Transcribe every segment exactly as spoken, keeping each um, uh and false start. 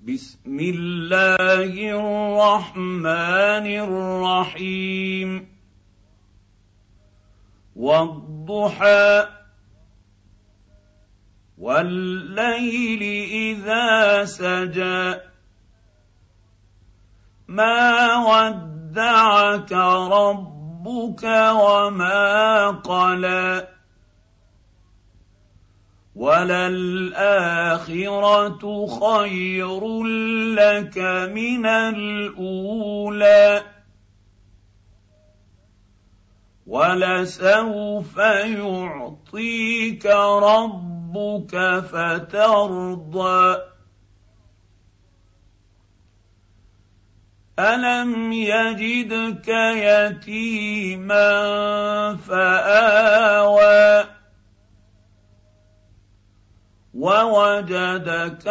بسم الله الرحمن الرحيم والضحى والليل إذا سجى ما ودعك ربك وما قلى وللآخرة خير لك من الأولى ولسوف يعطيك ربك فترضى ألم يجدك يتيما فآوى ووجدك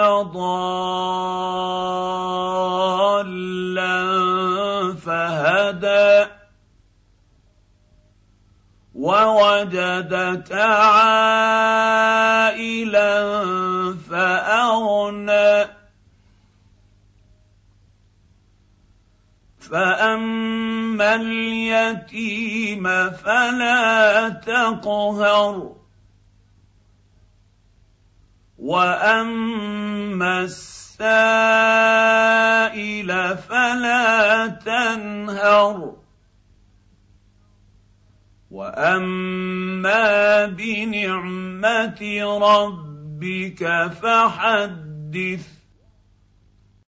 ضالا فهدى ووجدك عائلا فأغنى فأما اليتيم فلا تقهر وأما السائل فلا تنهر وأما بنعمة ربك فحدث